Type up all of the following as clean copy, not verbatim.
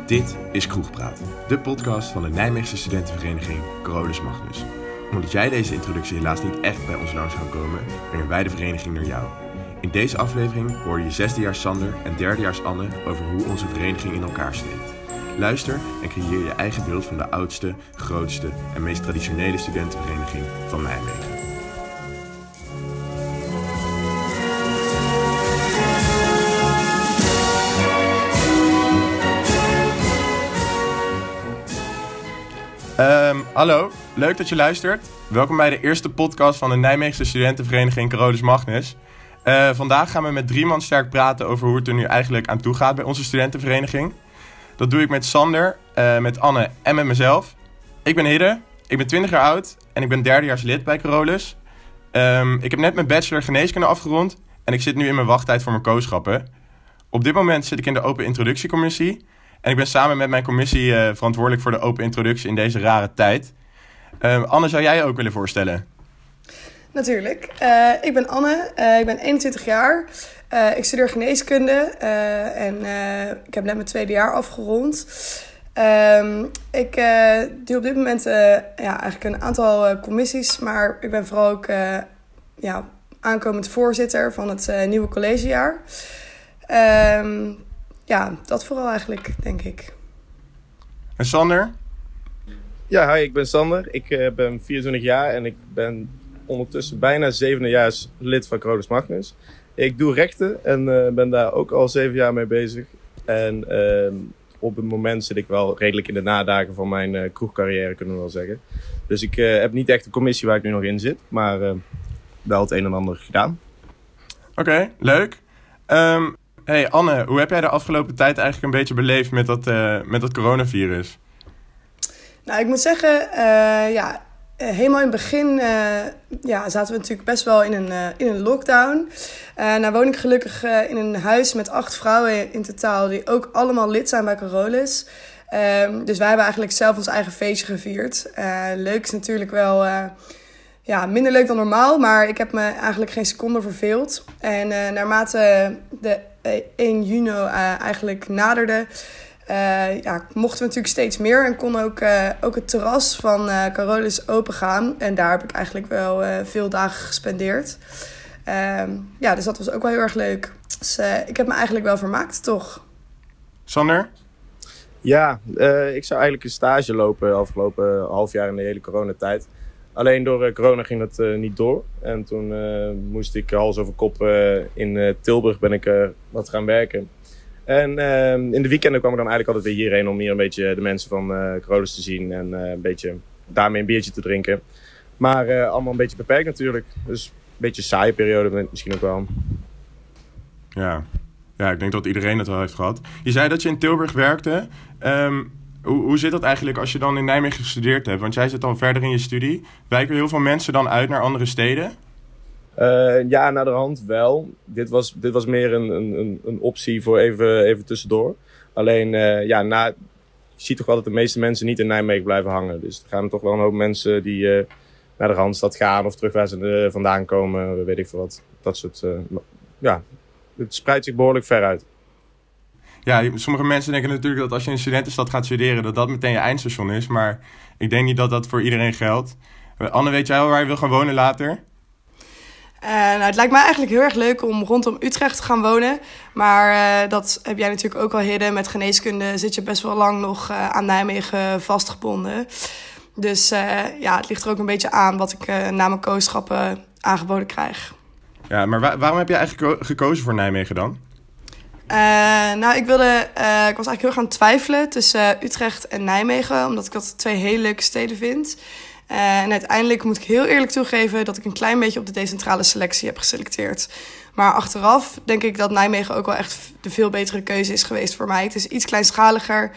Dit is Kroegpraat, de podcast van de Nijmeegse studentenvereniging Carolus Magnus. Omdat jij deze introductie helaas niet echt bij ons langs kan komen, brengen wij de vereniging naar jou. In deze aflevering hoor je zesdejaars Sander en derdejaars Anne over hoe onze vereniging in elkaar steekt. Luister en creëer je eigen beeld van de oudste, grootste en meest traditionele studentenvereniging van Nijmegen. Hallo, leuk dat je luistert. Welkom bij de eerste podcast van de Nijmeegse studentenvereniging Carolus Magnus. Vandaag gaan we met 3 man sterk praten over hoe het er nu eigenlijk aan toe gaat bij onze studentenvereniging. Dat doe ik met Sander, met Anne en met mezelf. Ik ben Hidde, ik ben 20 jaar oud en ik ben derdejaars lid bij Carolus. Ik heb net mijn bachelor geneeskunde afgerond en ik zit nu in mijn wachttijd voor mijn kooschappen. Op dit moment zit ik in de open introductiecommissie. En ik ben samen met mijn commissie verantwoordelijk voor de open introductie in deze rare tijd. Anne, zou jij je ook willen voorstellen? Natuurlijk. Ik ben Anne, ik ben 21 jaar. Ik studeer geneeskunde en ik heb net mijn tweede jaar afgerond. Ik doe op dit moment eigenlijk een aantal commissies, maar ik ben vooral ook aankomend voorzitter van het nieuwe collegejaar. Dat vooral eigenlijk, denk ik. En Sander? Ja, hi, ik ben Sander. Ik ben 24 jaar en ik ben ondertussen bijna 7e-jaars lid van Carolus Magnus. Ik doe rechten en ben daar ook al 7 jaar mee bezig. En op het moment zit ik wel redelijk in de nadagen van mijn kroegcarrière, kunnen we wel zeggen. Dus ik heb niet echt een commissie waar ik nu nog in zit, maar wel het een en ander gedaan. Oké, leuk. Hey Anne, hoe heb jij de afgelopen tijd eigenlijk een beetje beleefd met dat coronavirus? Nou, ik moet zeggen, helemaal in het begin zaten we natuurlijk best wel in een lockdown. Nou woon ik gelukkig in een huis met 8 vrouwen in totaal die ook allemaal lid zijn bij Carolus. Dus wij hebben eigenlijk zelf ons eigen feestje gevierd. Leuk is natuurlijk wel minder leuk dan normaal, maar ik heb me eigenlijk geen seconde verveeld. En naarmate de 1 juni eigenlijk naderde, mochten we natuurlijk steeds meer en kon ook het terras van Carolus open gaan. En daar heb ik eigenlijk wel veel dagen gespendeerd. Dus dat was ook wel heel erg leuk. Dus ik heb me eigenlijk wel vermaakt, toch? Sander? Ja, ik zou eigenlijk een stage lopen afgelopen half jaar in de hele coronatijd. Alleen door corona ging dat niet door. En toen moest ik hals over kop in Tilburg ben ik wat gaan werken. En in de weekenden kwam ik dan eigenlijk altijd weer hierheen om hier een beetje de mensen van Carolus te zien. En een beetje daarmee een biertje te drinken. Maar allemaal een beetje beperkt natuurlijk. Dus een beetje een saaie periode misschien ook wel. Ja, ik denk dat iedereen het wel heeft gehad. Je zei dat je in Tilburg werkte. Hoe zit dat eigenlijk als je dan in Nijmegen gestudeerd hebt? Want jij zit dan verder in je studie. Wijken heel veel mensen dan uit naar andere steden? Naar de hand wel. Dit was meer een optie voor even tussendoor. Alleen, je ziet toch wel dat de meeste mensen niet in Nijmegen blijven hangen. Dus er gaan toch wel een hoop mensen die naar de Randstad gaan of terug waar ze vandaan komen. Weet ik veel wat. Dat soort, het spreidt zich behoorlijk ver uit. Ja, sommige mensen denken natuurlijk dat als je in een studentenstad gaat studeren, dat meteen je eindstation is. Maar ik denk niet dat dat voor iedereen geldt. Anne, weet jij al waar je wil gaan wonen later? Het lijkt mij eigenlijk heel erg leuk om rondom Utrecht te gaan wonen. Maar dat heb jij natuurlijk ook al, Hidde. Met geneeskunde zit je best wel lang nog aan Nijmegen vastgebonden. Dus het ligt er ook een beetje aan wat ik na mijn kooschappen aangeboden krijg. Ja, maar waarom heb je eigenlijk gekozen voor Nijmegen dan? Ik was eigenlijk heel erg aan het twijfelen tussen Utrecht en Nijmegen. Omdat ik dat 2 hele leuke steden vind. En uiteindelijk moet ik heel eerlijk toegeven dat ik een klein beetje op de decentrale selectie heb geselecteerd. Maar achteraf denk ik dat Nijmegen ook wel echt de veel betere keuze is geweest voor mij. Het is iets kleinschaliger.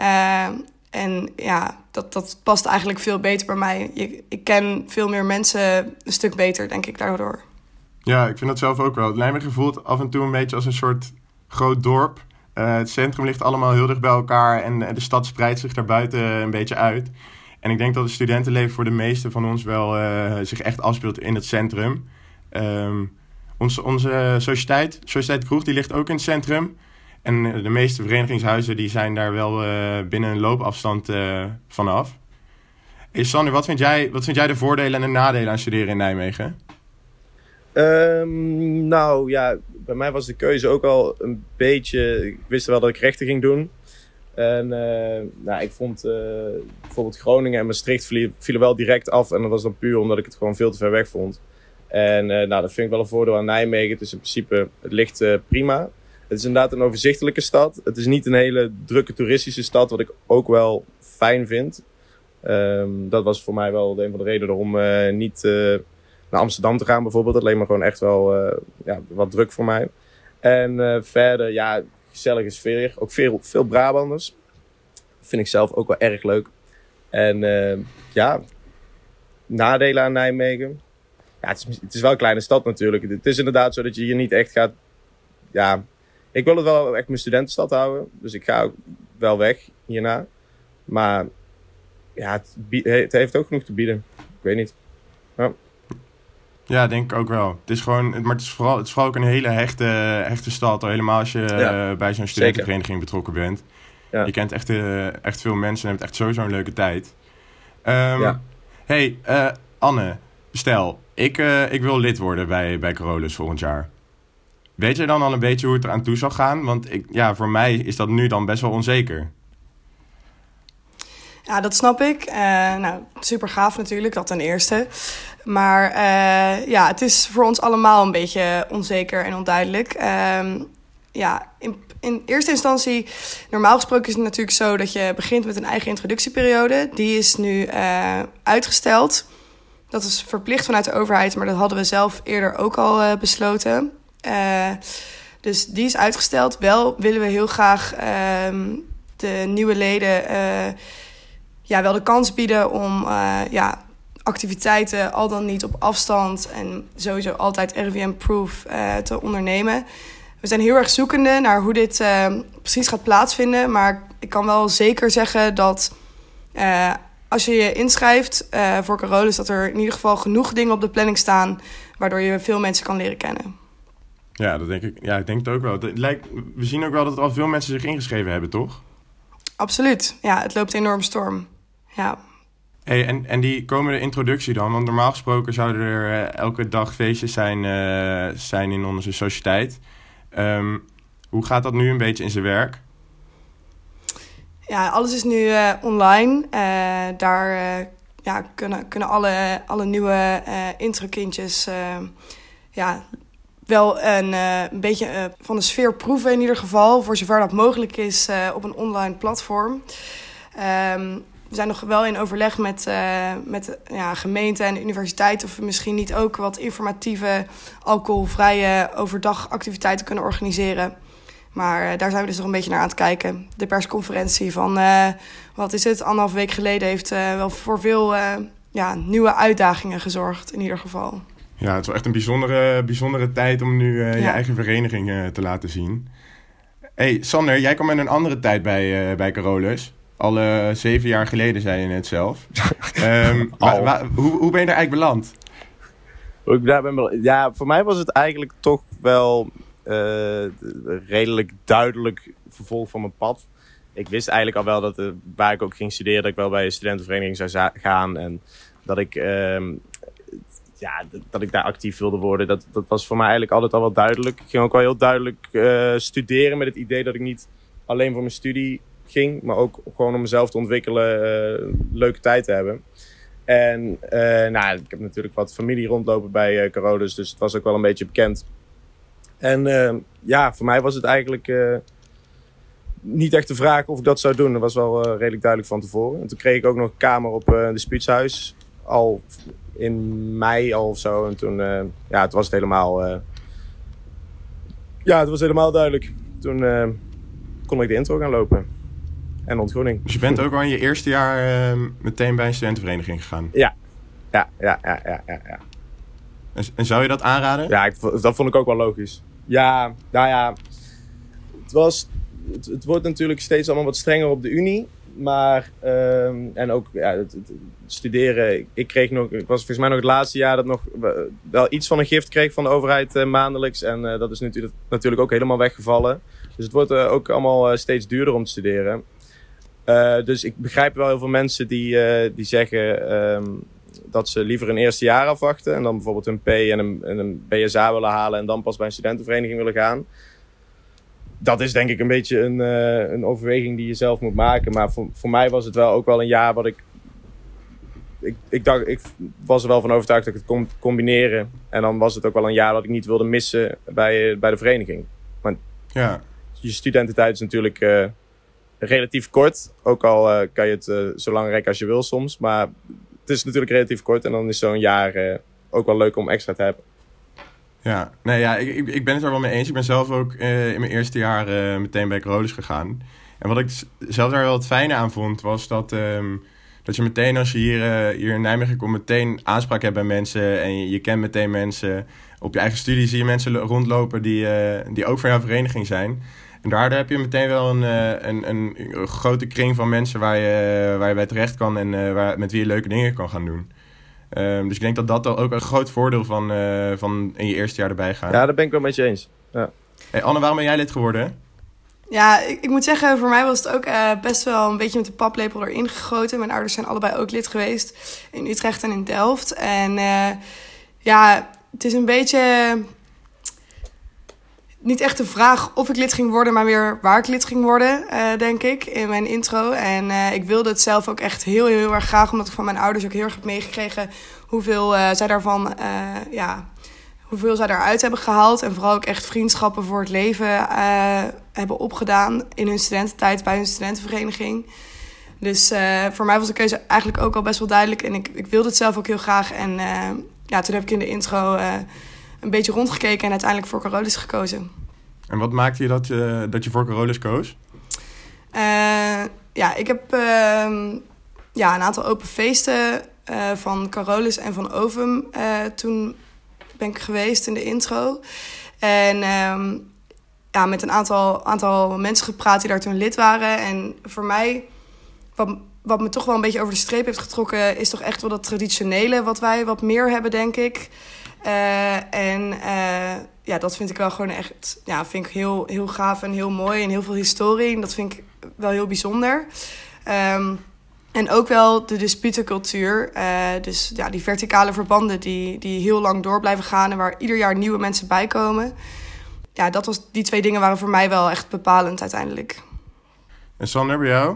Dat past eigenlijk veel beter bij mij. Ik ken veel meer mensen een stuk beter, denk ik, daardoor. Ja, ik vind dat zelf ook wel. Nijmegen voelt af en toe een beetje als een soort groot dorp. Het centrum ligt allemaal heel dicht bij elkaar en de stad spreidt zich daarbuiten een beetje uit. En ik denk dat het studentenleven voor de meeste van ons wel zich echt afspeelt in het centrum. Onze sociëteit Kroeg, die ligt ook in het centrum. En de meeste verenigingshuizen die zijn daar wel binnen een loopafstand vanaf. Hey Sander, wat vind jij de voordelen en de nadelen aan studeren in Nijmegen? Nou ja, bij mij was de keuze ook al een beetje... Ik wist wel dat ik rechten ging doen. En ik vond bijvoorbeeld Groningen en Maastricht vielen wel direct af. En dat was dan puur omdat ik het gewoon veel te ver weg vond. En dat vind ik wel een voordeel aan Nijmegen. Het is in principe, het ligt prima. Het is inderdaad een overzichtelijke stad. Het is niet een hele drukke toeristische stad, wat ik ook wel fijn vind. Dat was voor mij wel een van de redenen om niet naar Amsterdam te gaan bijvoorbeeld. Dat leek me gewoon echt wel wat druk voor mij. En verder, ja, gezellige sfeer. Ook veel Brabanders. Vind ik zelf ook wel erg leuk. En nadelen aan Nijmegen. Ja, het is wel een kleine stad natuurlijk. Het is inderdaad zo dat je hier niet echt gaat... Ja, ik wil het wel echt mijn studentenstad houden. Dus ik ga ook wel weg hierna. Maar ja, het heeft ook genoeg te bieden. Ik weet niet. Ja. Ja, denk ik ook wel. Het is gewoon, maar het is vooral ook een hele hechte stad. Al helemaal als je bij zo'n studentenvereniging betrokken bent. Ja. Je kent echt veel mensen en hebt echt sowieso een leuke tijd. Hey, Anne, stel, ik wil lid worden bij Carolus volgend jaar. Weet je dan al een beetje hoe het eraan toe zal gaan? Want voor mij is dat nu dan best wel onzeker. Ja, dat snap ik. Super gaaf natuurlijk, dat ten eerste. Maar het is voor ons allemaal een beetje onzeker en onduidelijk. In eerste instantie, normaal gesproken is het natuurlijk zo dat je begint met een eigen introductieperiode. Die is nu uitgesteld. Dat is verplicht vanuit de overheid, maar dat hadden we zelf eerder ook al besloten. Dus die is uitgesteld. Wel willen we heel graag de nieuwe leden wel de kans bieden om activiteiten al dan niet op afstand en sowieso altijd RIVM-proof te ondernemen. We zijn heel erg zoekende naar hoe dit precies gaat plaatsvinden. Maar ik kan wel zeker zeggen dat als je je inschrijft voor Carolus, dat er in ieder geval genoeg dingen op de planning staan waardoor je veel mensen kan leren kennen. Ja, dat denk ik. Ja, ik denk het ook wel. We zien ook wel dat er al veel mensen zich ingeschreven hebben, toch? Absoluut. Ja, het loopt enorm storm. Ja. Hey, en die komende introductie dan? Want normaal gesproken zouden er elke dag feestjes zijn in onze sociëteit. Hoe gaat dat nu een beetje in zijn werk? Ja, alles is nu online. Daar kunnen alle nieuwe introkindjes wel een beetje van de sfeer proeven in ieder geval. Voor zover dat mogelijk is op een online platform. We zijn nog wel in overleg met gemeenten en universiteiten of we misschien niet ook wat informatieve, alcoholvrije overdagactiviteiten kunnen organiseren. Maar daar zijn we dus nog een beetje naar aan het kijken. De persconferentie van, 1,5 week geleden heeft wel voor veel nieuwe uitdagingen gezorgd in ieder geval. Ja, het is wel echt een bijzondere tijd om nu je eigen vereniging te laten zien. Hey, Sander, jij kwam in een andere tijd bij Carolus. Al 7 jaar geleden, zei je net zelf. Hoe ben je daar eigenlijk beland? Hoe ik daar ben beland? Ja, voor mij was het eigenlijk toch wel redelijk duidelijk vervolg van mijn pad. Ik wist eigenlijk al wel dat waar ik ook ging studeren, dat ik wel bij een studentenvereniging zou gaan. En dat ik, dat ik daar actief wilde worden. Dat was voor mij eigenlijk altijd al wel duidelijk. Ik ging ook wel heel duidelijk studeren met het idee dat ik niet alleen voor mijn studie ging, maar ook gewoon om mezelf te ontwikkelen, leuke tijd te hebben. En ik heb natuurlijk wat familie rondlopen bij Carolus, dus het was ook wel een beetje bekend. En voor mij was het eigenlijk niet echt de vraag of ik dat zou doen. Dat was wel redelijk duidelijk van tevoren. En toen kreeg ik ook nog een kamer op de Spuutshuis, al in mei of zo. En toen het was het helemaal duidelijk. Toen kon ik de intro gaan lopen. En ontgroening. Dus je bent ook al in je eerste jaar meteen bij een studentenvereniging gegaan? Ja. En zou je dat aanraden? Ja, dat vond ik ook wel logisch. Het wordt natuurlijk steeds allemaal wat strenger op de Unie. Maar, en ook het studeren. Ik was volgens mij nog het laatste jaar dat nog wel iets van een gift kreeg van de overheid maandelijks. En dat is natuurlijk ook helemaal weggevallen. Dus het wordt ook allemaal steeds duurder om te studeren. Dus ik begrijp wel heel veel mensen die zeggen dat ze liever een eerste jaar afwachten. En dan bijvoorbeeld een P en een BSA willen halen en dan pas bij een studentenvereniging willen gaan. Dat is denk ik een beetje een overweging die je zelf moet maken. Maar voor mij was het wel ook wel een jaar wat ik was er wel van overtuigd dat ik het kon combineren. En dan was het ook wel een jaar dat ik niet wilde missen bij de vereniging. Want je studententijd is natuurlijk relatief kort. Ook al kan je het zo lang rekken als je wil soms. Maar het is natuurlijk relatief kort. En dan is zo'n jaar ook wel leuk om extra te hebben. Ja, nee, ja, ik ben het er wel mee eens. Ik ben zelf ook in mijn eerste jaar meteen bij Carolus gegaan. En wat ik zelf daar wel het fijne aan vond, was dat je meteen als je hier in Nijmegen komt, meteen aanspraak hebt bij mensen. En je kent meteen mensen. Op je eigen studie zie je mensen rondlopen die ook van jouw vereniging zijn. En daardoor heb je meteen wel een grote kring van mensen waar je bij terecht kan en met wie je leuke dingen kan gaan doen. Dus ik denk dat ook een groot voordeel van in je eerste jaar erbij gaan. Ja, daar ben ik wel met je eens. Ja. Hey Anne, waarom ben jij lid geworden? Ja, ik moet zeggen, voor mij was het ook best wel een beetje met de paplepel erin gegoten. Mijn ouders zijn allebei ook lid geweest in Utrecht en in Delft. En het is een beetje niet echt de vraag of ik lid ging worden, maar meer waar ik lid ging worden, denk ik, in mijn intro. En ik wilde het zelf ook echt heel, heel, heel erg graag, omdat ik van mijn ouders ook heel erg heb meegekregen hoeveel zij daarvan, hoeveel zij daaruit hebben gehaald. En vooral ook echt vriendschappen voor het leven hebben opgedaan in hun studententijd bij hun studentenvereniging. Dus voor mij was de keuze eigenlijk ook al best wel duidelijk. En ik wilde het zelf ook heel graag. En toen heb ik in de intro een beetje rondgekeken en uiteindelijk voor Carolus gekozen. En wat maakte je dat je voor Carolus koos? Ik heb een aantal open feesten van Carolus en van Ovum. Toen ben ik geweest in de intro. En met een aantal mensen gepraat die daar toen lid waren. En voor mij, wat me toch wel een beetje over de streep heeft getrokken, is toch echt wel dat traditionele wat wij wat meer hebben, denk ik. Dat vind ik wel gewoon echt, vind ik heel, heel gaaf en heel mooi en heel veel historie. En dat vind ik wel heel bijzonder. En ook wel de disputencultuur. Dus die verticale verbanden die heel lang door blijven gaan en waar ieder jaar nieuwe mensen bij komen. Ja, die twee dingen waren voor mij wel echt bepalend uiteindelijk. En Sander, bij jou?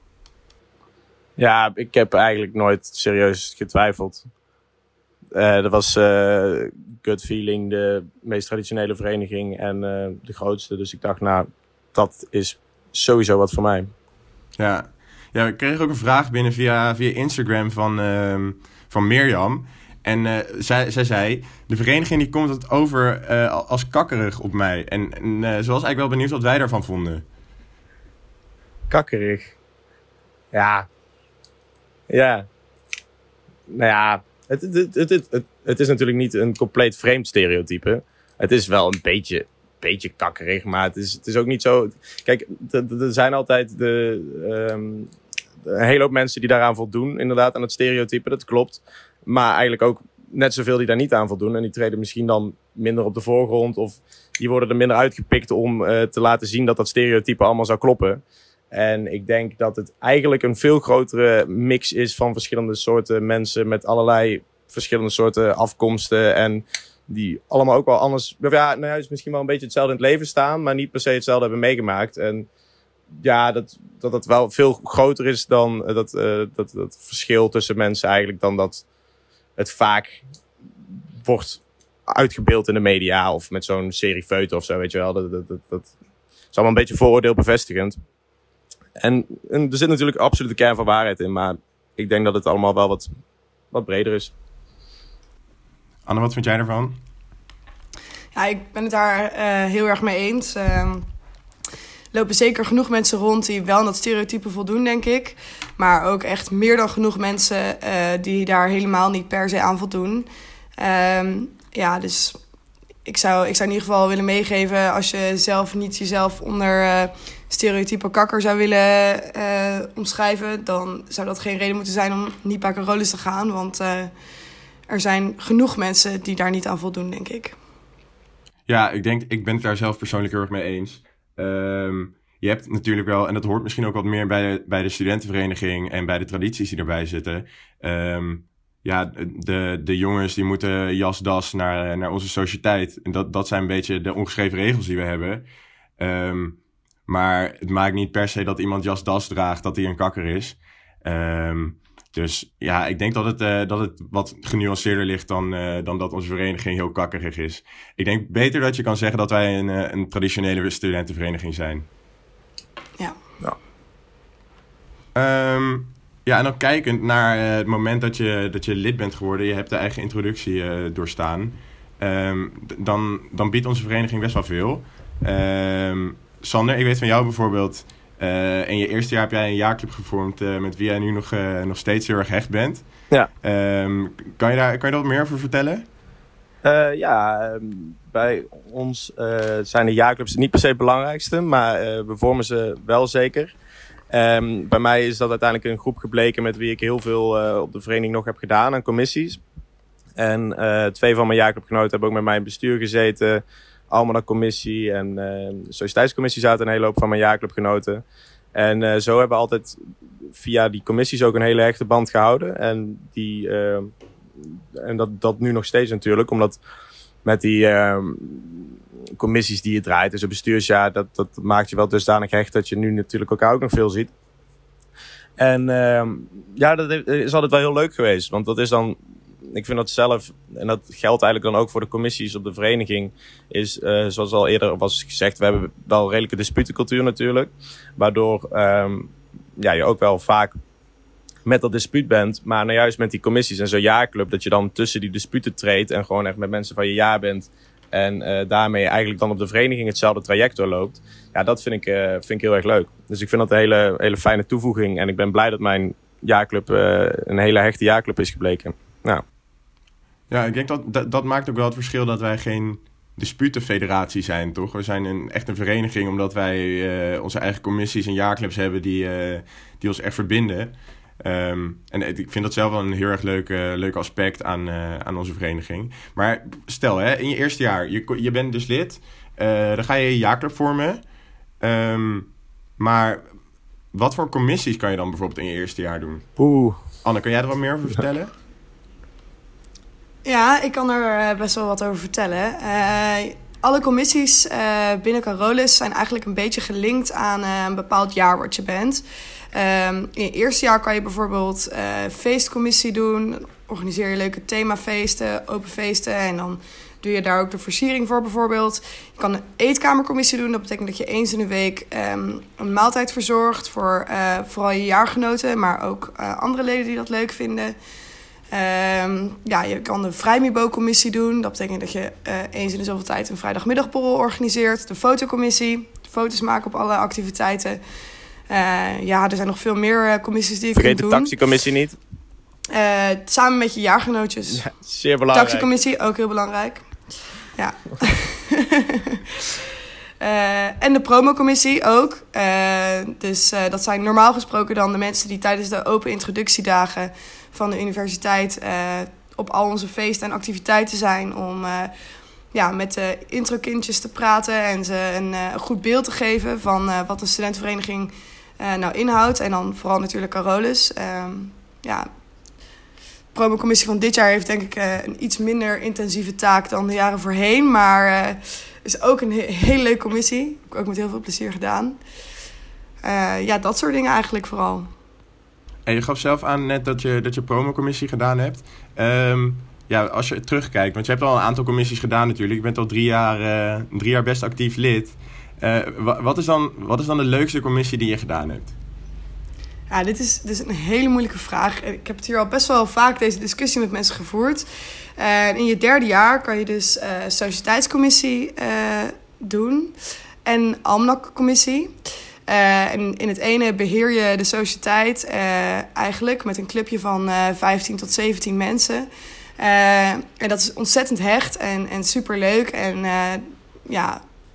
Ja, ik heb eigenlijk nooit serieus getwijfeld. Dat was gut feeling, de meest traditionele vereniging en de grootste. Dus ik dacht, dat is sowieso wat voor mij. Ja, we kregen ook een vraag binnen via Instagram van Mirjam. En zij zei, de vereniging die komt het over als kakkerig op mij. En ze was eigenlijk wel benieuwd wat wij daarvan vonden. Kakkerig? Ja. Nou ja, het is natuurlijk niet een compleet vreemd stereotype. Het is wel een beetje kakkerig, maar het is ook niet zo. Kijk, er zijn altijd een hele hoop mensen die daaraan voldoen, inderdaad, aan het stereotype, dat klopt. Maar eigenlijk ook net zoveel die daar niet aan voldoen. En die treden misschien dan minder op de voorgrond, of die worden er minder uitgepikt om te laten zien dat stereotype allemaal zou kloppen. En ik denk dat het eigenlijk een veel grotere mix is van verschillende soorten mensen met allerlei verschillende soorten afkomsten en die allemaal ook wel anders, is misschien wel een beetje hetzelfde in het leven staan, maar niet per se hetzelfde hebben meegemaakt. En ja, dat het wel veel groter is dan dat verschil tussen mensen eigenlijk, dan dat het vaak wordt uitgebeeld in de media of met zo'n serie feuten of zo, weet je wel. Dat is allemaal een beetje vooroordeel bevestigend. En er zit natuurlijk absoluut de kern van waarheid in, maar ik denk dat het allemaal wel wat breder is. Anne, wat vind jij ervan? Ja, ik ben het daar heel erg mee eens. Lopen zeker genoeg mensen rond die wel aan dat stereotype voldoen, denk ik. Maar ook echt meer dan genoeg mensen die daar helemaal niet per se aan voldoen. Dus ik zou in ieder geval willen meegeven, als je zelf niet jezelf onder stereotype kakker zou willen omschrijven, dan zou dat geen reden moeten zijn om niet bij Carolus te gaan. Want er zijn genoeg mensen die daar niet aan voldoen, denk ik. Ja, ik ben het daar zelf persoonlijk heel erg mee eens. Je hebt natuurlijk wel, en dat hoort misschien ook wat meer bij de studentenvereniging en bij de tradities die erbij zitten. De jongens die moeten jas-das naar onze sociëteit. En dat zijn een beetje de ongeschreven regels die we hebben. Maar het maakt niet per se dat iemand jas-das draagt, dat hij een kakker is. Dus ja, ik denk dat het wat genuanceerder ligt dan dat onze vereniging heel kakkerig is. Ik denk beter dat je kan zeggen dat wij een traditionele studentenvereniging zijn. Ja. En dan kijkend naar het moment dat je lid bent geworden, je hebt de eigen introductie doorstaan, dan biedt onze vereniging best wel veel. Sander, ik weet van jou bijvoorbeeld, in je eerste jaar heb jij een jaarclub gevormd met wie jij nu nog steeds heel erg hecht bent. Ja. Kan je daar wat meer over vertellen? Bij ons zijn de jaarclubs niet per se het belangrijkste, maar we vormen ze wel zeker. Bij mij is dat uiteindelijk een groep gebleken met wie ik heel veel op de vereniging nog heb gedaan aan commissies. En 2 van mijn jaarclubgenoten hebben ook met mij in het bestuur gezeten. Almanak-commissie en de sociëteitscommissie zaten een hele hoop van mijn jaarclubgenoten. En zo hebben we altijd via die commissies ook een hele hechte band gehouden. En dat nu nog steeds natuurlijk, omdat met die commissies die je draait, dus een bestuursjaar, dat maakt je wel dusdanig hecht dat je nu natuurlijk elkaar ook nog veel ziet. En dat is altijd wel heel leuk geweest, want dat is dan, ik vind dat zelf, en dat geldt eigenlijk dan ook voor de commissies op de vereniging, is zoals al eerder was gezegd, we hebben wel een redelijke disputencultuur natuurlijk, waardoor je ook wel vaak met dat dispuut bent, maar nou juist met die commissies en zo'n jaarclub, dat je dan tussen die disputen treedt en gewoon echt met mensen van je jaar bent en daarmee eigenlijk dan op de vereniging hetzelfde traject doorloopt. Ja, dat vind ik heel erg leuk. Dus ik vind dat een hele, hele fijne toevoeging en ik ben blij dat mijn jaarclub een hele hechte jaarclub is gebleken. Nou. Ja, ik denk dat maakt ook wel het verschil dat wij geen disputenfederatie zijn, toch? We zijn echt een vereniging omdat wij onze eigen commissies en jaarclubs hebben die ons echt verbinden. En ik vind dat zelf wel een heel erg leuk aspect aan onze vereniging. Maar stel, hè, in je eerste jaar, je bent dus lid, dan ga je een jaarclub vormen. Maar wat voor commissies kan je dan bijvoorbeeld in je eerste jaar doen? Anne, kan jij er wat meer over vertellen? Ja, ik kan er best wel wat over vertellen. Alle commissies binnen Carolus zijn eigenlijk een beetje gelinkt aan een bepaald jaar wat je bent. In je eerste jaar kan je bijvoorbeeld feestcommissie doen. Organiseer je leuke themafeesten, open feesten. En dan doe je daar ook de versiering voor bijvoorbeeld. Je kan een eetkamercommissie doen. Dat betekent dat je eens in de week een maaltijd verzorgt voor vooral je jaargenoten. Maar ook andere leden die dat leuk vinden. Je kan de vrijmibo-commissie doen. Dat betekent dat je eens in de zoveel tijd een vrijdagmiddagborrel organiseert. De fotocommissie. Foto's maken op alle activiteiten. Er zijn nog veel meer commissies die je kunt doen. Vergeet de taxicommissie niet. Samen met je jaargenootjes. Ja, zeer belangrijk. Taxicommissie, ook heel belangrijk. Ja. En de promocommissie ook. Dat zijn normaal gesproken dan de mensen die tijdens de open introductiedagen van de universiteit op al onze feesten en activiteiten zijn om met de introkindjes te praten en ze een goed beeld te geven van wat een studentenvereniging nou inhoudt. En dan vooral natuurlijk Carolus. De promocommissie van dit jaar heeft denk ik een iets minder intensieve taak dan de jaren voorheen. Maar is ook een hele leuke commissie. Heb ik ook met heel veel plezier gedaan. Dat soort dingen eigenlijk vooral. En je gaf zelf aan net dat je promocommissie gedaan hebt. Als je terugkijkt, want je hebt al een aantal commissies gedaan natuurlijk. Je bent al 3 jaar best actief lid. Wat is dan de leukste commissie die je gedaan hebt? Ja, dit is dus een hele moeilijke vraag. Ik heb het hier al best wel vaak deze discussie met mensen gevoerd. In je 3e jaar kan je dus sociëteitscommissie doen en almanak-commissie. En in het ene beheer je de sociëteit eigenlijk met een clubje van 15 tot 17 mensen. En dat is ontzettend hecht en superleuk. En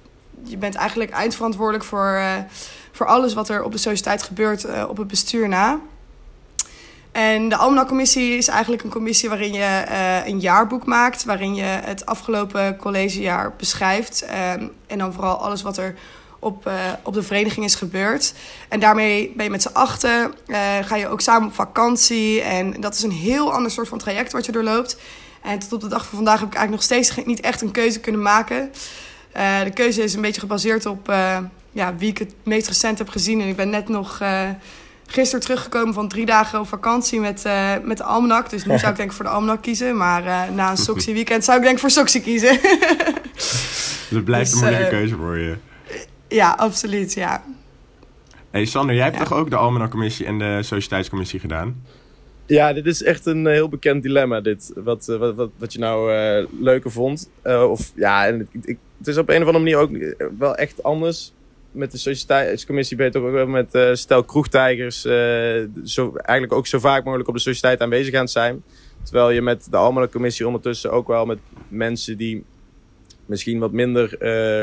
je bent eigenlijk eindverantwoordelijk voor alles wat er op de sociëteit gebeurt op het bestuur na. En de Almanak-commissie is eigenlijk een commissie waarin je een jaarboek maakt, waarin je het afgelopen collegejaar beschrijft. En dan vooral alles wat er op de vereniging is gebeurd. En daarmee ben je met z'n achten, ga je ook samen op vakantie. En dat is een heel ander soort van traject wat je doorloopt. En tot op de dag van vandaag heb ik eigenlijk nog steeds niet echt een keuze kunnen maken. De keuze is een beetje gebaseerd op wie ik het meest recent heb gezien. En ik ben net nog gisteren teruggekomen van 3 dagen op vakantie met de Almanak. Dus nu zou ik denk ik voor de Almanak kiezen. Maar na een Soxie weekend zou ik denk ik voor Soxie kiezen. Dat blijft een moeilijke keuze voor je. Ja, absoluut, ja. Hey Sander, jij hebt toch ook de Almanak-commissie en de Sociëteitscommissie gedaan? Ja, dit is echt een heel bekend dilemma, dit. Wat je nou leuker vond. Het is op een of andere manier ook wel echt anders. Met de Sociëteitscommissie ben je toch ook wel met stel kroegtijgers eigenlijk ook zo vaak mogelijk op de sociëteit aanwezig aan het zijn. Terwijl je met de Almanak-commissie ondertussen ook wel met mensen die misschien wat minder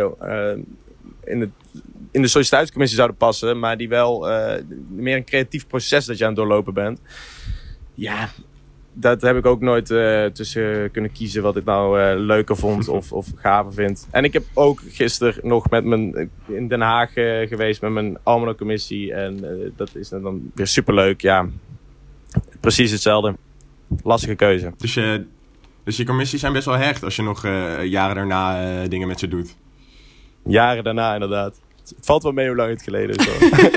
in de Sociëteitscommissie zouden passen, maar die wel meer een creatief proces dat je aan het doorlopen bent. Ja, dat heb ik ook nooit tussen kunnen kiezen wat ik nou leuker vond of gaver vind. En ik heb ook gisteren nog in Den Haag geweest met mijn Almanak-commissie. En dat is dan weer superleuk. Ja, precies hetzelfde. Lastige keuze. Dus je commissies zijn best wel hecht als je nog jaren daarna dingen met ze doet. Jaren daarna, inderdaad. Het valt wel mee hoe lang het geleden is.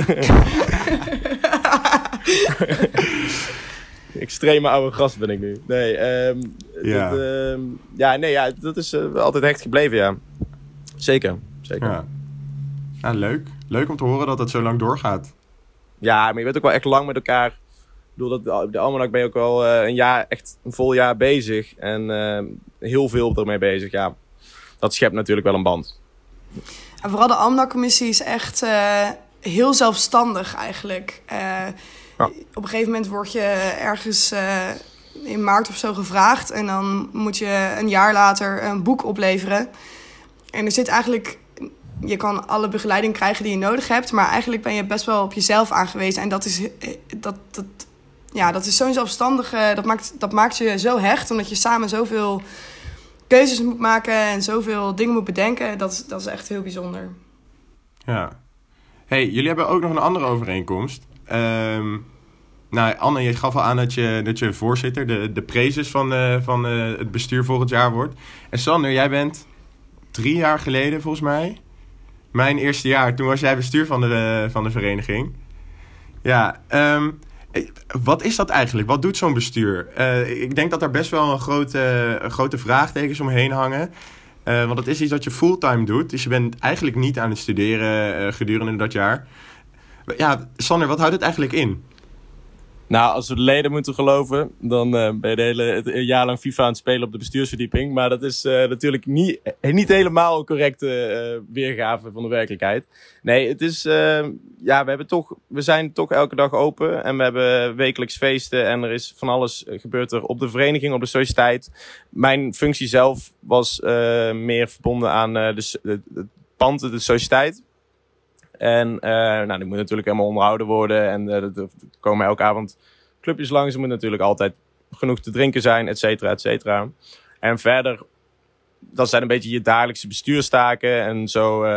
Extreme oude gast ben ik nu. Dat is altijd hecht gebleven, ja. Zeker. Ja, leuk. Leuk om te horen dat het zo lang doorgaat. Ja, maar je bent ook wel echt lang met elkaar. Ik bedoel, dat de Almanak ben je ook wel echt een vol jaar bezig. En heel veel ermee bezig, ja. Dat schept natuurlijk wel een band. En vooral de Almanak-commissie is echt heel zelfstandig eigenlijk. Op een gegeven moment word je ergens in maart of zo gevraagd. En dan moet je een jaar later een boek opleveren. En er zit eigenlijk... Je kan alle begeleiding krijgen die je nodig hebt. Maar eigenlijk ben je best wel op jezelf aangewezen. En dat is zo'n zelfstandige... Dat maakt je zo hecht. Omdat je samen zoveel keuzes moet maken. En zoveel dingen moet bedenken. Dat is echt heel bijzonder. Ja. Hey, jullie hebben ook nog een andere overeenkomst. Anne, je gaf al aan dat je voorzitter, de prezes van het bestuur volgend jaar wordt. En Sander, jij bent 3 jaar geleden volgens mij, mijn eerste jaar, toen was jij bestuur van de vereniging. Ja, wat is dat eigenlijk? Wat doet zo'n bestuur? Ik denk dat daar best wel een grote vraagtekens omheen hangen. Want het is iets dat je fulltime doet. Dus je bent eigenlijk niet aan het studeren gedurende dat jaar. Ja, Sander, wat houdt het eigenlijk in? Nou, als we de leden moeten geloven, dan ben je het jaar lang FIFA aan het spelen op de bestuursverdieping. Maar dat is natuurlijk niet helemaal een correcte weergave van de werkelijkheid. Nee, het is, we zijn toch elke dag open en we hebben wekelijks feesten en er is van alles gebeurd er op de vereniging, op de sociëteit. Mijn functie zelf was meer verbonden aan het pand, de sociëteit. En die moet natuurlijk helemaal onderhouden worden. En er komen elke avond clubjes langs. Er moet natuurlijk altijd genoeg te drinken zijn, et cetera, et cetera. En verder, dat zijn een beetje je dagelijkse bestuurstaken. En zo,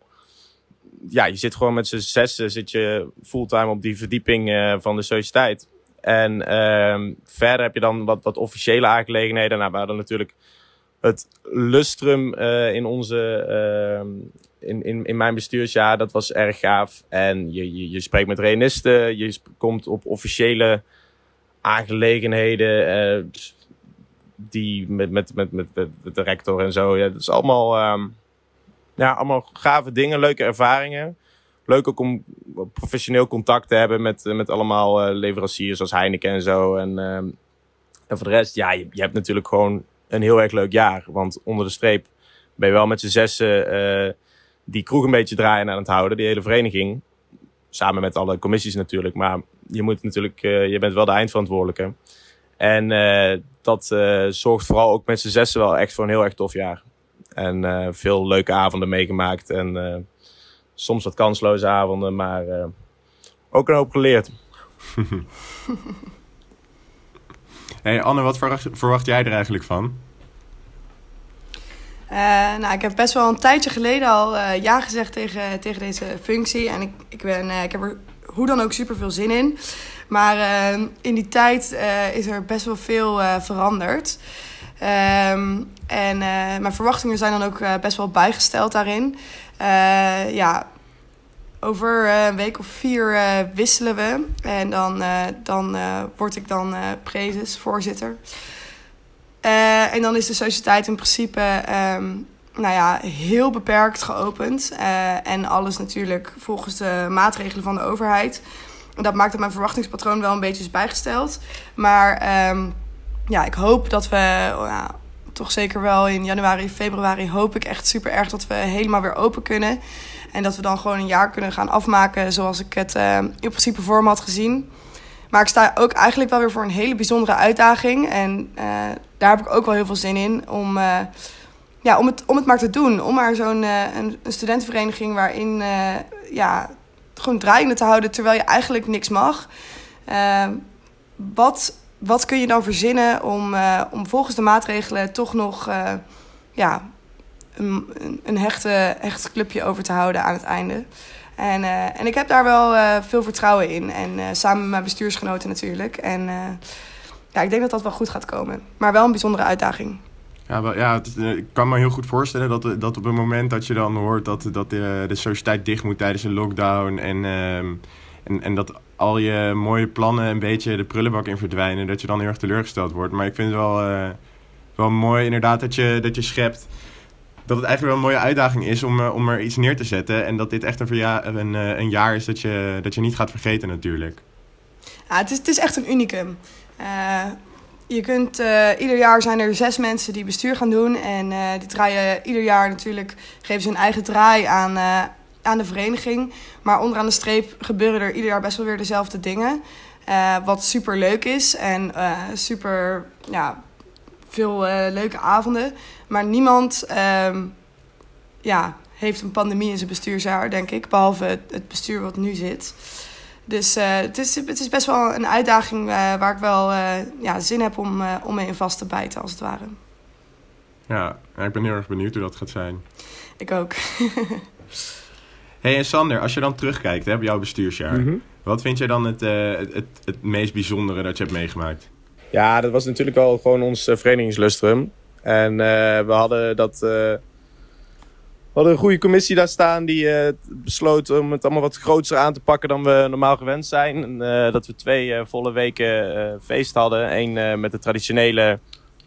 je zit gewoon met z'n 6 zit je fulltime op die verdieping van de sociëteit. En verder heb je dan wat officiële aangelegenheden. Nou, we hadden natuurlijk het lustrum in onze... In mijn bestuursjaar, dat was erg gaaf. En je spreekt met reënisten, je komt op officiële aangelegenheden die met de rector en zo. Ja, dat is allemaal gave dingen, leuke ervaringen. Leuk ook om professioneel contact te hebben met allemaal leveranciers zoals Heineken en zo. En voor de rest, ja, je hebt natuurlijk gewoon een heel erg leuk jaar. Want onder de streep ben je wel met z'n 6 die kroeg een beetje draaien aan het houden, die hele vereniging. Samen met alle commissies natuurlijk, maar je moet natuurlijk, je bent wel de eindverantwoordelijke. En dat zorgt vooral ook met z'n 6 wel echt voor een heel erg tof jaar. En veel leuke avonden meegemaakt. En soms wat kansloze avonden, maar ook een hoop geleerd. Hey Anne, wat verwacht jij er eigenlijk van? Ik heb best wel een tijdje geleden al ja gezegd tegen deze functie. En ik heb er hoe dan ook super veel zin in. Maar in die tijd is er best wel veel veranderd. Mijn verwachtingen zijn dan ook best wel bijgesteld daarin. Over een week of 4 wisselen we. En dan word ik dan prezesvoorzitter. En dan is de sociëteit in principe heel beperkt geopend. En alles natuurlijk volgens de maatregelen van de overheid. En dat maakt dat mijn verwachtingspatroon wel een beetje is bijgesteld. Maar ik hoop dat we toch zeker wel in januari, februari hoop ik echt super erg dat we helemaal weer open kunnen. En dat we dan gewoon een jaar kunnen gaan afmaken zoals ik het in principe voor me had gezien. Maar ik sta ook eigenlijk wel weer voor een hele bijzondere uitdaging. En daar heb ik ook wel heel veel zin in om het maar te doen. Om maar zo'n een studentenvereniging waarin gewoon draaiende te houden terwijl je eigenlijk niks mag. Wat kun je dan verzinnen om volgens de maatregelen toch nog een hecht clubje over te houden aan het einde. En ik heb daar wel veel vertrouwen in. En samen met mijn bestuursgenoten natuurlijk. En ik denk dat dat wel goed gaat komen. Maar wel een bijzondere uitdaging. Ik kan me heel goed voorstellen dat op het moment dat je dan hoort dat de sociëteit dicht moet tijdens een lockdown en dat al je mooie plannen een beetje de prullenbak in verdwijnen, dat je dan heel erg teleurgesteld wordt. Maar ik vind het wel mooi inderdaad dat je schept dat het eigenlijk wel een mooie uitdaging is om er iets neer te zetten. En dat dit echt een jaar is dat je niet gaat vergeten natuurlijk. Ja, het is echt een unicum. Je kunt, ieder jaar zijn er 6 mensen die bestuur gaan doen. En die draaien ieder jaar natuurlijk, geven ze hun eigen draai aan de vereniging. Maar onderaan de streep gebeuren er ieder jaar best wel weer dezelfde dingen. Wat super leuk is en super veel leuke avonden. Maar niemand heeft een pandemie in zijn bestuursjaar, denk ik. Behalve het bestuur wat nu zit. Dus het is best wel een uitdaging waar ik wel zin heb om mee in vast te bijten, als het ware. Ja, ik ben heel erg benieuwd hoe dat gaat zijn. Ik ook. Hey, en Sander, als je dan terugkijkt op jouw bestuursjaar. Mm-hmm. Wat vind jij dan het meest bijzondere dat je hebt meegemaakt? Ja, dat was natuurlijk al gewoon ons verenigingslustrum. En we hadden een goede commissie daar staan die besloot om het allemaal wat groter aan te pakken dan we normaal gewend zijn. En, dat we 2 volle weken feest hadden. Eén met de traditionele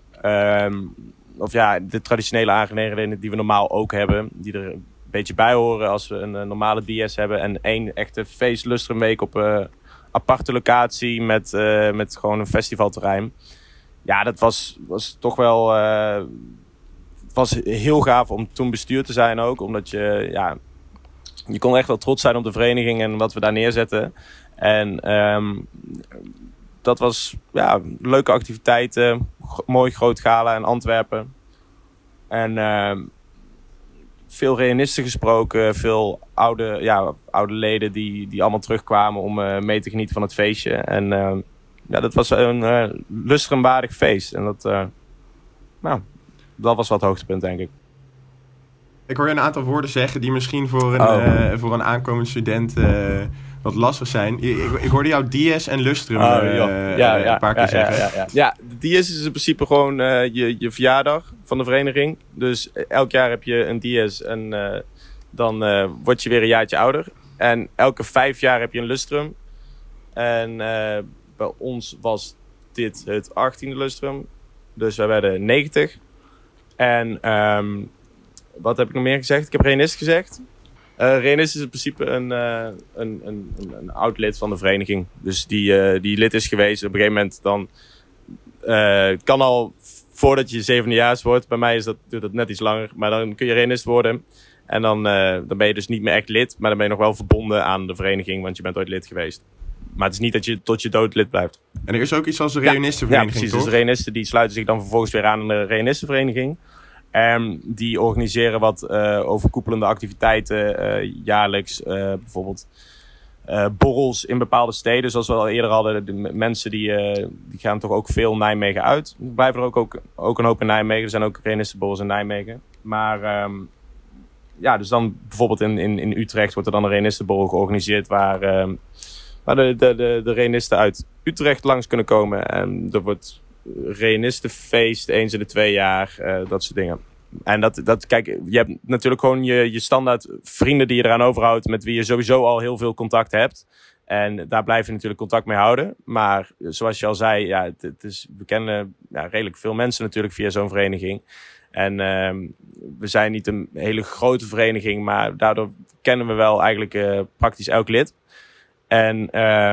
aangelegenheden die we normaal ook hebben. Die er een beetje bij horen als we een normale DS hebben. En 1 echte feestlustrumweek op aparte locatie met gewoon een festivalterrein. Ja, dat was toch wel... het was heel gaaf om toen bestuur te zijn ook. Omdat je kon echt wel trots zijn op de vereniging en wat we daar neerzetten. En dat was leuke activiteiten. Mooi groot gala in Antwerpen. En veel reanisten gesproken. Veel oude leden die allemaal terugkwamen om mee te genieten van het feestje. En dat was een lustrumwaardig feest. En dat was wel het hoogtepunt, denk ik. Ik hoor je een aantal woorden zeggen die misschien voor een aankomend student wat lastig zijn. Ik hoorde jou Dies en Lustrum een paar keer zeggen. Ja, de Dies is in principe gewoon je verjaardag van de vereniging. Dus elk jaar heb je een Dies en dan word je weer een jaartje ouder. En elke 5 jaar heb je een Lustrum. En bij ons was dit het 18e Lustrum. Dus wij werden 90. En wat heb ik nog meer gezegd? Ik heb reanist gezegd. Reanist is in principe een oud lid van de vereniging. Dus die lid is geweest. Op een gegeven moment dan kan al voordat je 7e-jaars wordt. Bij mij duurt dat net iets langer. Maar dan kun je reanist worden. En dan ben je dus niet meer echt lid. Maar dan ben je nog wel verbonden aan de vereniging. Want je bent ooit lid geweest. Maar het is niet dat je tot je dood lid blijft. En er is ook iets als een reanistenvereniging, precies. toch? Dus de reanisten die sluiten zich dan vervolgens weer aan de reanistenvereniging. En die organiseren wat overkoepelende activiteiten jaarlijks. Bijvoorbeeld borrels in bepaalde steden. Zoals we al eerder hadden. De mensen die gaan toch ook veel Nijmegen uit. Er blijven er ook een hoop in Nijmegen. Er zijn ook reanistenborrels in Nijmegen. Maar dus dan bijvoorbeeld in Utrecht wordt er dan een reanistenborrel georganiseerd. Waar de reanisten uit Utrecht langs kunnen komen. En er wordt reanistenfeest eens in de 2 jaar. Dat soort dingen. En kijk, je hebt natuurlijk gewoon je standaard vrienden die je eraan overhoudt, met wie je sowieso al heel veel contact hebt. En daar blijf je natuurlijk contact mee houden. Maar zoals je al zei, we kennen redelijk veel mensen natuurlijk via zo'n vereniging. En we zijn niet een hele grote vereniging, maar daardoor kennen we wel eigenlijk praktisch elk lid. En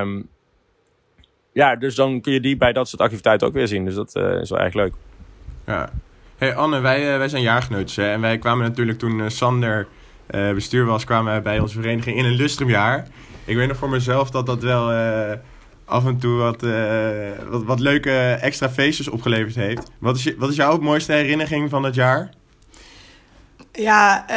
dus dan kun je die bij dat soort activiteiten ook weer zien. Dus dat is wel erg leuk. Ja. Hey Anne, wij zijn jaargenootjes en wij kwamen natuurlijk toen Sander bestuur was, kwamen wij bij onze vereniging in een lustrumjaar. Ik weet nog voor mezelf dat wel af en toe wat leuke extra feestjes opgeleverd heeft. Wat is jouw mooiste herinnering van het jaar? Ja,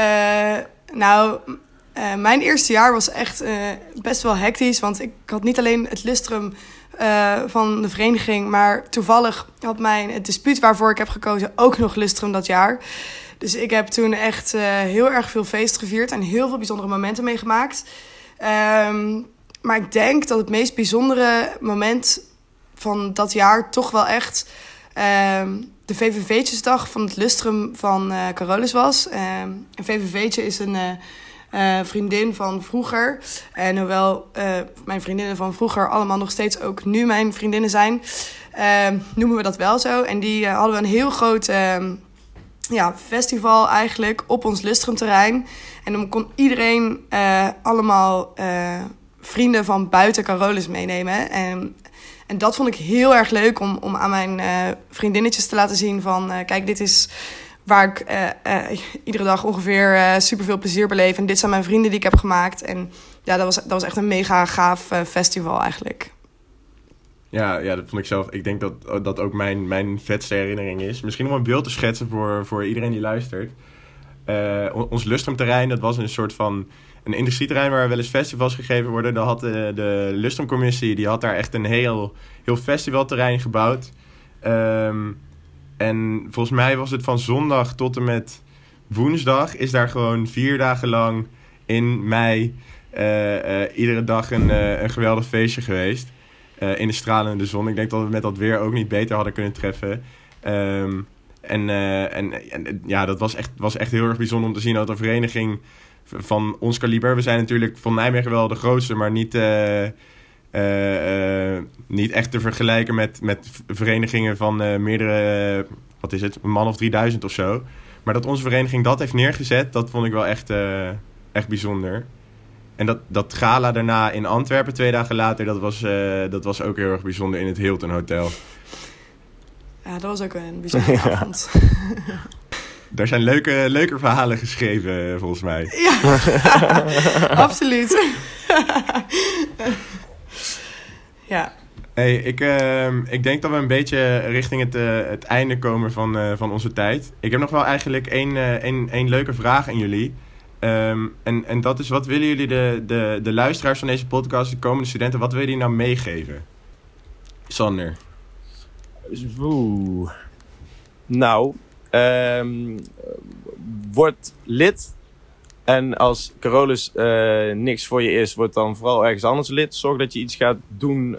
mijn eerste jaar was echt best wel hectisch, want ik had niet alleen het lustrum van de vereniging, maar toevallig had het dispuut waarvoor ik heb gekozen ook nog lustrum dat jaar. Dus ik heb toen echt heel erg veel feest gevierd en heel veel bijzondere momenten meegemaakt. Maar ik denk dat het meest bijzondere moment van dat jaar toch wel echt de VVV'tjesdag van het lustrum van Carolus was. Een VVV'tje is een vriendin van vroeger. En hoewel mijn vriendinnen van vroeger allemaal nog steeds ook nu mijn vriendinnen zijn, noemen we dat wel zo. En die hadden we een heel groot festival eigenlijk op ons lustrumterrein. En dan kon iedereen allemaal vrienden van buiten Carolus meenemen. En dat vond ik heel erg leuk om aan mijn vriendinnetjes te laten zien van kijk, dit is waar ik iedere dag ongeveer superveel plezier beleef. En dit zijn mijn vrienden die ik heb gemaakt. En ja, dat was echt een mega gaaf festival eigenlijk. Ja, dat vond ik zelf. Ik denk dat ook mijn vetste herinnering is. Misschien om een beeld te schetsen voor iedereen die luistert. Ons lustrumterrein, dat was een soort van een industrieterrein waar wel eens festivals gegeven worden. Dan had de lustrumcommissie, die had daar echt een heel festivalterrein gebouwd. En volgens mij was het van zondag tot en met woensdag is daar gewoon 4 dagen lang in mei iedere dag een geweldig feestje geweest. In de stralende zon. Ik denk dat we met dat weer ook niet beter hadden kunnen treffen. Dat was echt heel erg bijzonder om te zien dat een vereniging van ons kaliber. We zijn natuurlijk van Nijmegen wel de grootste, maar niet echt te vergelijken met verenigingen van meerdere, een man of 3000 of zo. Maar dat onze vereniging dat heeft neergezet, dat vond ik wel echt bijzonder. En dat gala daarna in Antwerpen 2 dagen later, dat was ook heel erg bijzonder in het Hilton Hotel. Ja, dat was ook een bijzondere avond. Daar zijn leuke verhalen geschreven, volgens mij. Ja, absoluut. Ja. Hey, ik denk dat we een beetje richting het einde komen van onze tijd. Ik heb nog wel eigenlijk één leuke vraag aan jullie. En dat is, wat willen jullie de luisteraars van deze podcast, de komende studenten, wat willen die nou meegeven? Sander. Word lid. En als Carolus niks voor je is, word dan vooral ergens anders lid. Zorg dat je iets gaat doen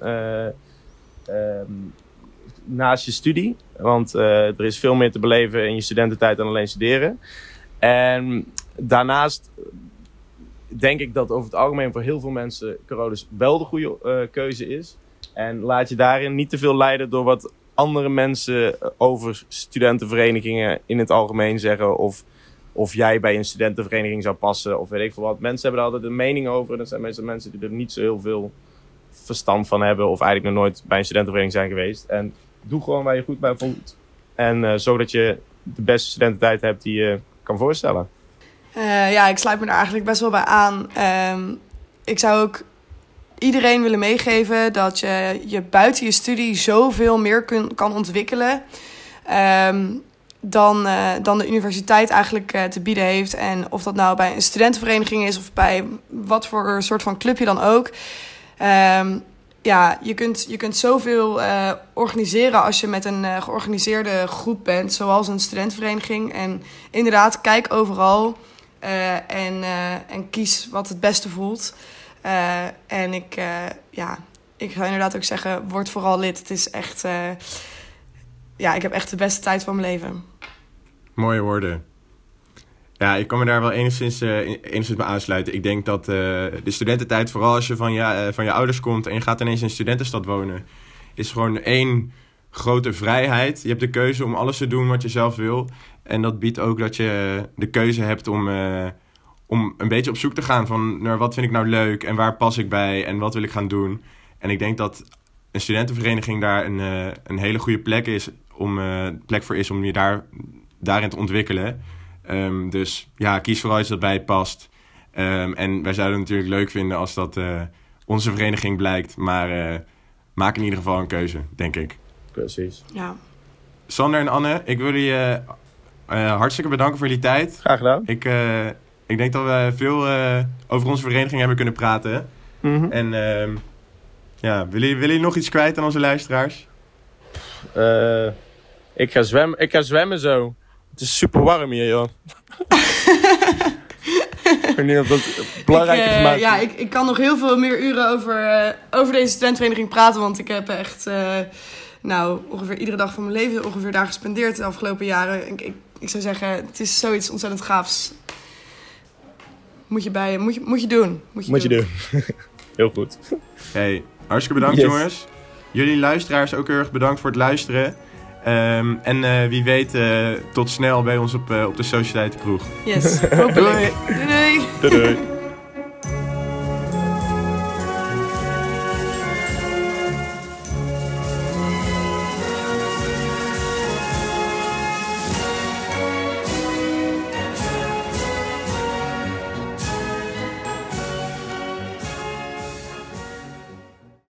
naast je studie. Want er is veel meer te beleven in je studententijd dan alleen studeren. En daarnaast denk ik dat over het algemeen voor heel veel mensen Carolus wel de goede keuze is. En laat je daarin niet te veel leiden door wat andere mensen over studentenverenigingen in het algemeen zeggen. Of jij bij een studentenvereniging zou passen of weet ik veel wat. Mensen hebben daar altijd een mening over. En dat zijn meestal mensen die er niet zo heel veel verstand van hebben. Of eigenlijk nog nooit bij een studentenvereniging zijn geweest. En doe gewoon waar je goed bij voelt. En zorg dat je de beste studententijd hebt die je kan voorstellen. Ik sluit me daar eigenlijk best wel bij aan. Ik zou ook iedereen willen meegeven dat je buiten je studie zoveel meer kan ontwikkelen. dan de universiteit eigenlijk te bieden heeft. En of dat nou bij een studentenvereniging is of bij wat voor soort van clubje dan ook. Je kunt zoveel organiseren als je met een georganiseerde groep bent, zoals een studentenvereniging. En inderdaad, kijk overal en kies wat het beste voelt. Ik zou inderdaad ook zeggen, word vooral lid. Het is echt... ik heb echt de beste tijd van mijn leven. Mooie woorden. Ja, ik kan me daar wel enigszins bij aansluiten. Ik denk dat de studententijd, vooral als je van je ouders komt en je gaat ineens in een studentenstad wonen, is gewoon één grote vrijheid. Je hebt de keuze om alles te doen wat je zelf wil. En dat biedt ook dat je de keuze hebt om een beetje op zoek te gaan van naar wat vind ik nou leuk en waar pas ik bij en wat wil ik gaan doen. En ik denk dat een studentenvereniging daar een hele goede plek voor is om je daarin te ontwikkelen. Dus ja, kies vooral iets dat bij je past. En wij zouden het natuurlijk leuk vinden als dat onze vereniging blijkt. Maar maak in ieder geval een keuze, denk ik. Precies. Ja. Sander en Anne, ik wil jullie hartstikke bedanken voor jullie tijd. Graag gedaan. Ik denk dat we veel over onze vereniging hebben kunnen praten. Mm-hmm. En willen jullie nog iets kwijt aan onze luisteraars? Ik ga zwemmen zo. Het is super warm hier, joh. Ik weet niet of dat belangrijke informatie is. Ik kan nog heel veel meer uren over deze studentenvereniging praten. Want ik heb echt ongeveer iedere dag van mijn leven daar gespendeerd de afgelopen jaren. Ik zou zeggen, het is zoiets ontzettend gaafs. Moet je doen. Moet je doen. Heel goed. Hey, hartstikke bedankt, jongens. Jullie luisteraars ook heel erg bedankt voor het luisteren. Wie weet, tot snel bij ons op de Sociëteit Kroeg. Yes, hopelijk. Doei. Doei. Doei.